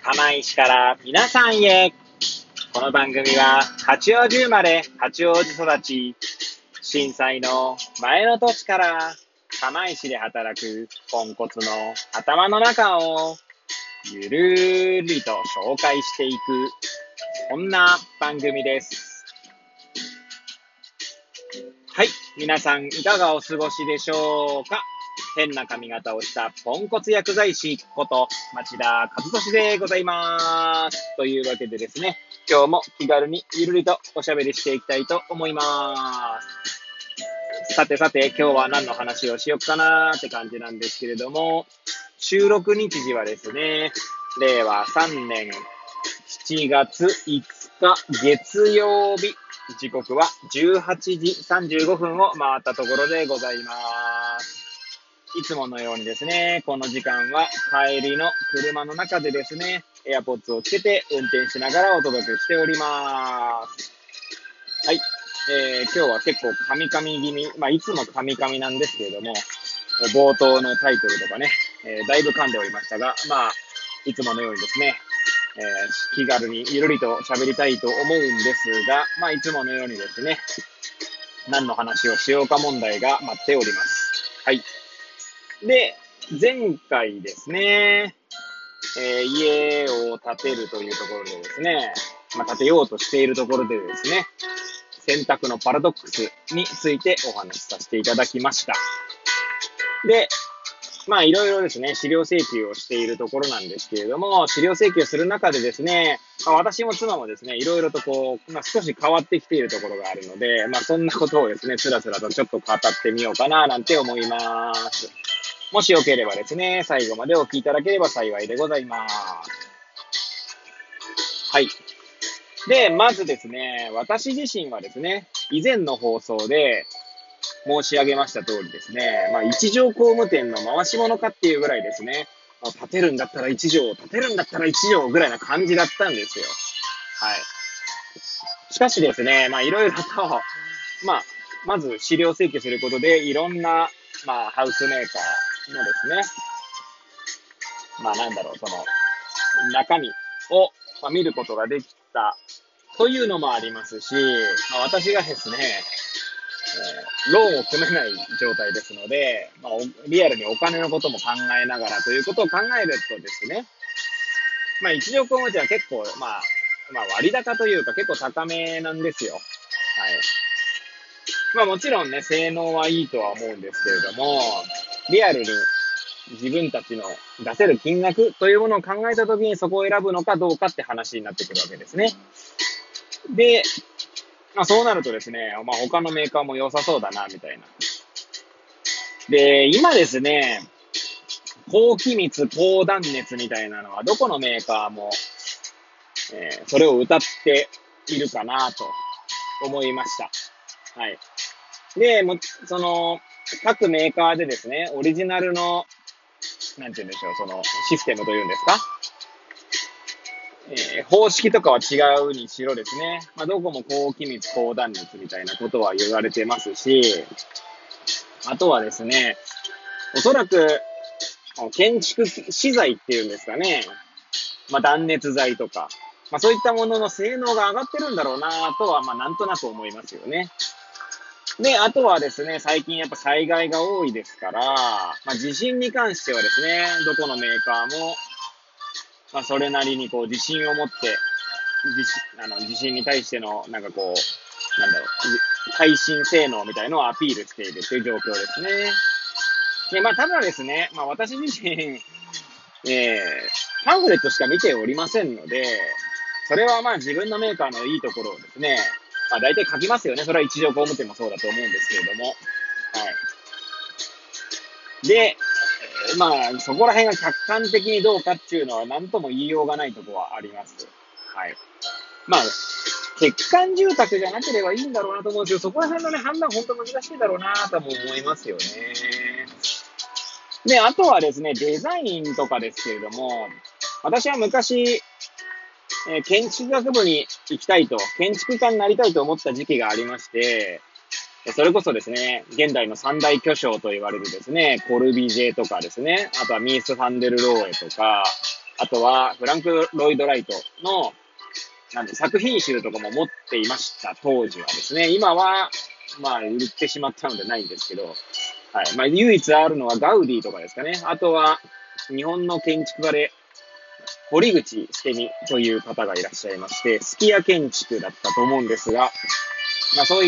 釜石から皆さんへ。この番組は八王子生まれ八王子育ち、震災の前の年から釜石で働くポンコツの頭の中をゆるりと紹介していく、そんな番組です。はい、皆さんいかがお過ごしでしょうか。変な髪型をしたポンコツ薬剤師こと町田和俊でございます。というわけでですね、今日も気軽にゆるりとおしゃべりしていきたいと思います。さて今日は何の話をしよっかなーって感じなんですけれども、収録日時はですね、令和3年7月5日月曜日、時刻は18時35分を回ったところでございます。いつものようにですね、この時間は帰りの車の中でですね、AirPods をつけて運転しながらお届けしております。はい。今日は結構カミカミ気味、いつもカミカミなんですけれども、冒頭のタイトルとかね、だいぶ噛んでおりましたが、いつものようにですね、気軽にゆるりと喋りたいと思うんですが、いつものようにですね、何の話をしようか問題が待っております。はい。で、前回ですね、家を建てるというところでですね、建てようとしているところでですね、選択のパラドックスについてお話しさせていただきました。で、いろいろですね、資料請求をしているところなんですけれども、資料請求する中でですね、私も妻もですね、いろいろと少し変わってきているところがあるので、そんなことをですね、つらつらとちょっと語ってみようかななんて思います。もしよければですね、最後までお聞きいただければ幸いでございます。はい。で、まずですね、私自身はですね、以前の放送で申し上げました通りですね、一条工務店の回し物かっていうぐらいですね、建てるんだったら一条、建てるんだったら一条ぐらいな感じだったんですよ。はい。しかしですね、いろいろと、まず資料請求することで、いろんな、ハウスメーカーのですね、その、中身を、見ることができたというのもありますし、私がですね、ローンを組めない状態ですので、リアルにお金のことも考えながらということを考えるとですね、一条工務店は結構、割高というか結構高めなんですよ。はい。もちろんね、性能はいいとは思うんですけれども、リアルに自分たちの出せる金額というものを考えたときにそこを選ぶのかどうかって話になってくるわけですね。で、そうなるとですね、他のメーカーも良さそうだな、みたいな。で、今ですね、高気密、高断熱みたいなのはどこのメーカーも、それを歌っているかなと思いました。はい。で、各メーカーでですね、オリジナルの、なんて言うんでしょう、そのシステムというんですか、方式とかは違うにしろですね、どこも高気密、高断熱みたいなことは言われてますし、あとはですね、おそらく、建築資材っていうんですかね、断熱材とか、そういったものの性能が上がってるんだろうなとは、なんとなく思いますよね。で、あとはですね、最近やっぱ災害が多いですから、地震に関してはですね、どこのメーカーも、それなりに自信を持って、地震に対しての、耐震性能みたいのをアピールしているという状況ですね。で、ただですね、私自身、パンフレットしか見ておりませんので、それは自分のメーカーのいいところをですね、大体書きますよね。それは一条工務店もそうだと思うんですけれども。はい。で、そこら辺が客観的にどうかっていうのは何とも言いようがないところはあります。はい。欠陥住宅じゃなければいいんだろうなと思うんですけど、そこら辺のね、判断本当難しいだろうなとも思いますよね。で、あとはですね、デザインとかですけれども、私は昔、建築学部に行きたいと、建築家になりたいと思った時期がありまして、それこそですね、現代の三大巨匠と言われるですね、コルビジェとかですね、あとはミース・ファンデルローエとか、 あとはフランク・ロイド・ライトの作品集とかも持っていました、当時はですね。今は、まあ、売ってしまったのでないんですけど、はい。まあ、唯一あるのはガウディとかですかね。あとは、日本の建築家で、堀口捨美という方がいらっしゃいまして、スキア建築だったと思うんですが、まあ、そういった、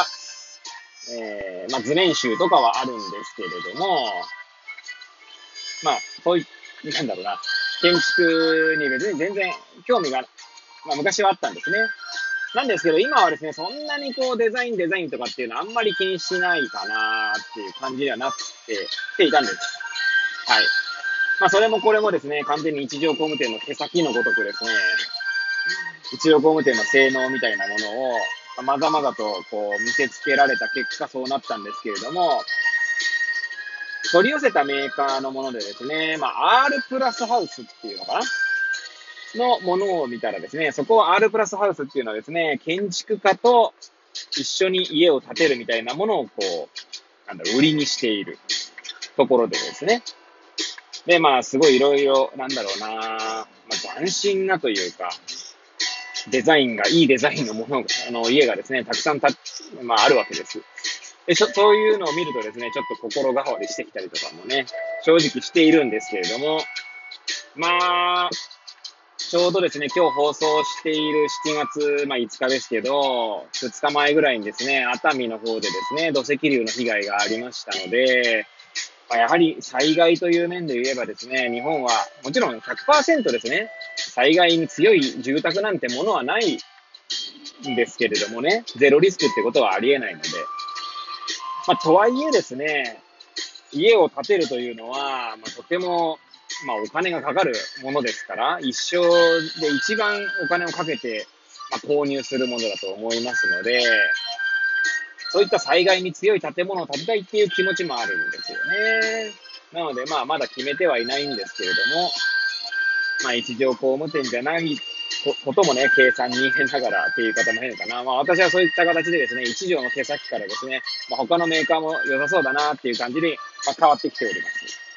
まあ、図面集とかはあるんですけれども、まあ、そういなんだろうな、建築に別に全然興味が、まあ、昔はあったんですね。なんですけど、今はですね、そんなにこうデザインとかっていうのはあんまり気にしないかなっていう感じではなくて、来ていたんです。はい。まあ、それもこれもですね、完全に一条工務店の手先のごとくですね、一条工務店の性能みたいなものを、まざまざとこう見せつけられた結果そうなったんですけれども、取り寄せたメーカーのものでですね、まあ、R プラスハウスっていうのかなのものを見たらですね、そこは R プラスハウスっていうのはですね、建築家と一緒に家を建てるみたいなものをこう、売りにしているところでですね。で、まあ、すごいいろいろ、まあ、斬新なというか、いいデザインのものが、家がですね、たくさんまあ、あるわけです。で、そういうのを見るとですね、ちょっと心変わりしてきたりとかもね、正直しているんですけれども、まあ、ちょうどですね、今日放送している7月、まあ、5日ですけど、2日前ぐらいにですね、熱海の方でですね、土石流の被害がありましたので、まあ、やはり災害という面で言えばですね、日本はもちろん100% ですね、災害に強い住宅なんてものはないんですけれどもね、ゼロリスクってことはありえないので、まあ、とはいえですね、家を建てるというのは、まあ、とても、まあ、お金がかかるものですから、一生で一番お金をかけて、まあ、購入するものだと思いますので、そういった災害に強い建物を建てたいっていう気持ちもあるんですよね。なので、まあ、まだ決めてはいないんですけれども、まあ、一条工務店じゃないこともね、計算に入れながらっていう方も変かな。まあ、私はそういった形でですね、一条の手先からですね、まあ、他のメーカーも良さそうだなっていう感じに、まあ、変わってきております。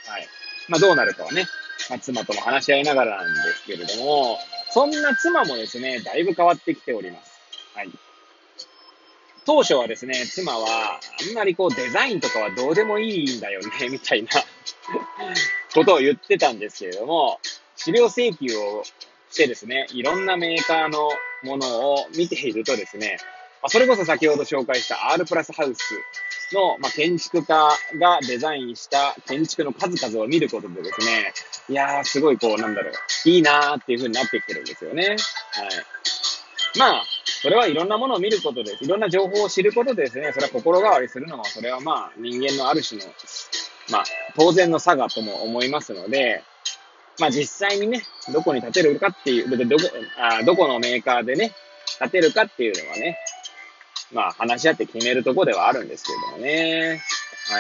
はい。まあ、どうなるかはね、まあ、妻とも話し合いながらなんですけれども、そんな妻もですね、だいぶ変わってきております。はい。当初はですね、妻は、あんまりこうデザインとかはどうでもいいんだよね、みたいなことを言ってたんですけれども、資料請求をしてですね、いろんなメーカーのものを見ているとですね、それこそ先ほど紹介した R プラスハウスの、建築家がデザインした建築の数々を見ることでですね、いやー、すごいこう、いいなーっていう風になってきてるんですよね。はい。まあ、それはいろんなものを見ることで、いろんな情報を知ることでですね、それは心変わりするのは、それはまあ、人間のある種の、まあ、当然の差がとも思いますので、まあ実際にね、どこに建てるかっていう、どこのメーカーでね、建てるかっていうのはね、まあ話し合って決めるところではあるんですけれどもね。はい。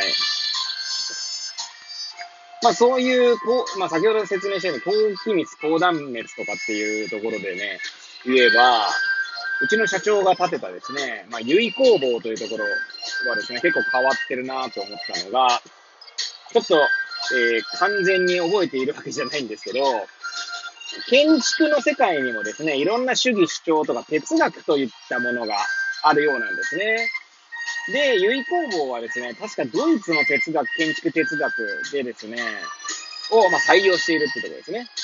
まあそういう、まあ先ほど説明したように、高気密、高断熱とかっていうところでね、言えば、うちの社長が建てたですね、まあ由比工房というところはですね、結構変わってるなと思ったのが、ちょっと、完全に覚えているわけじゃないんですけど、建築の世界にもですね、いろんな主義主張とか哲学といったものがあるようなんですね。で、由比工房はですね、確かドイツの建築哲学でですね、まあ、採用しているってところですね。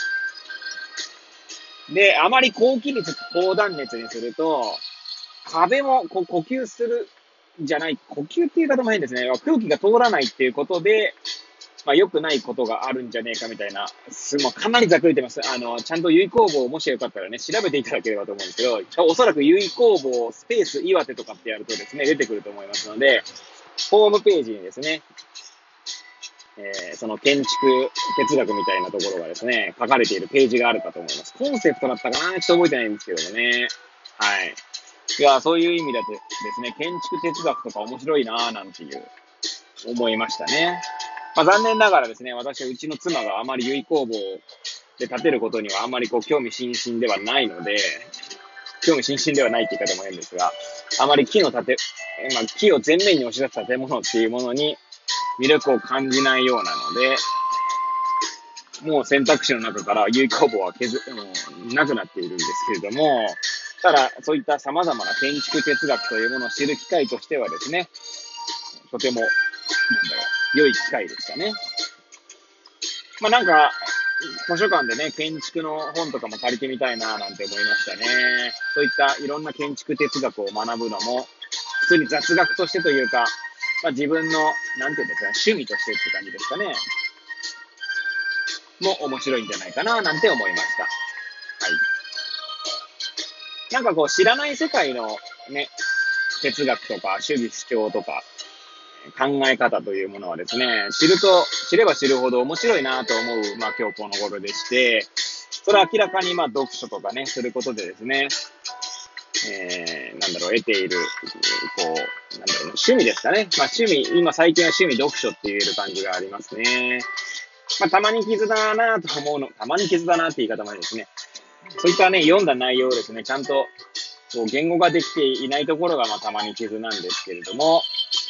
で、あまり高気密、高断熱にすると、壁も呼吸するじゃない、呼吸っていう言い方も変ですね。空気が通らないっていうことで、まあ、良くないことがあるんじゃねえかみたいな、もうかなりざっくり言ってます。ちゃんと由比工房、もしよかったらね、調べていただければと思うんですけど、おそらく由比工房スペース岩手とかってやるとですね、出てくると思いますので、ホームページにですね、その建築哲学みたいなところがですね、書かれているページがあるかと思います。コンセプトだったかなちょっと覚えてないんですけどもね。はい。いや、そういう意味だとですね、建築哲学とか面白いなぁなんていう思いましたね。まあ、残念ながらですね、私はうちの妻があまり由比工房で建てることにはあまりこう興味津々ではないので、興味津々ではないって言い方も変ですが、あまり木を前面に押し出す建物っていうものに魅力を感じないようなので、 もう選択肢の中から有機工房はなくなっているんですけれども、ただ、そういった様々な建築哲学というものを知る機会としてはですね、とても、良い機会でしたね。なんか、図書館でね、建築の本とかも借りてみたいななんて思いましたね。そういったいろんな建築哲学を学ぶのも、普通に雑学としてというか、自分の、なんていうんですかね、趣味としてって感じですかね。も面白いんじゃないかななんて思いました。はい。なんかこう、知らない世界のね、哲学とか、主義主張とか、考え方というものはですね、知れば知るほど面白いなと思う、今日この頃でして、それは明らかに読書とかね、することでですね、得ている、趣味ですかね。今最近は趣味読書って言える感じがありますね。たまに傷だなと思うの、たまに傷だなって言い方もですね、そういったね、読んだ内容をですね、ちゃんとこう言語ができていないところがたまに傷なんですけれども、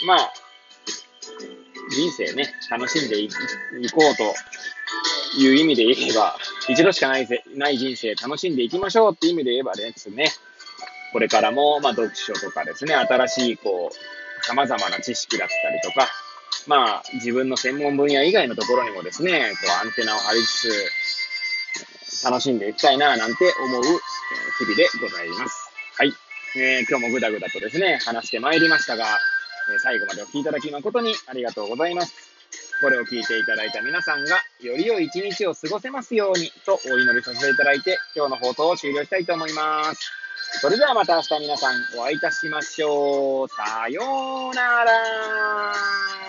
人生ね、楽しんでいこうという意味で言えば、一度しかない人生楽しんでいきましょうっていう意味で言えばですね、これからも、読書とかですね、新しい、様々な知識だったりとか、自分の専門分野以外のところにもですね、アンテナを張りつつ、楽しんでいきたいな、なんて思う、日々でございます。はい。今日もぐだぐだとですね、話してまいりましたが、最後までお聞きいただき誠にありがとうございます。これを聞いていただいた皆さんが、より良い一日を過ごせますように、とお祈りさせていただいて、今日の放送を終了したいと思います。それではまた明日皆さんお会いいたしましょう。さようなら。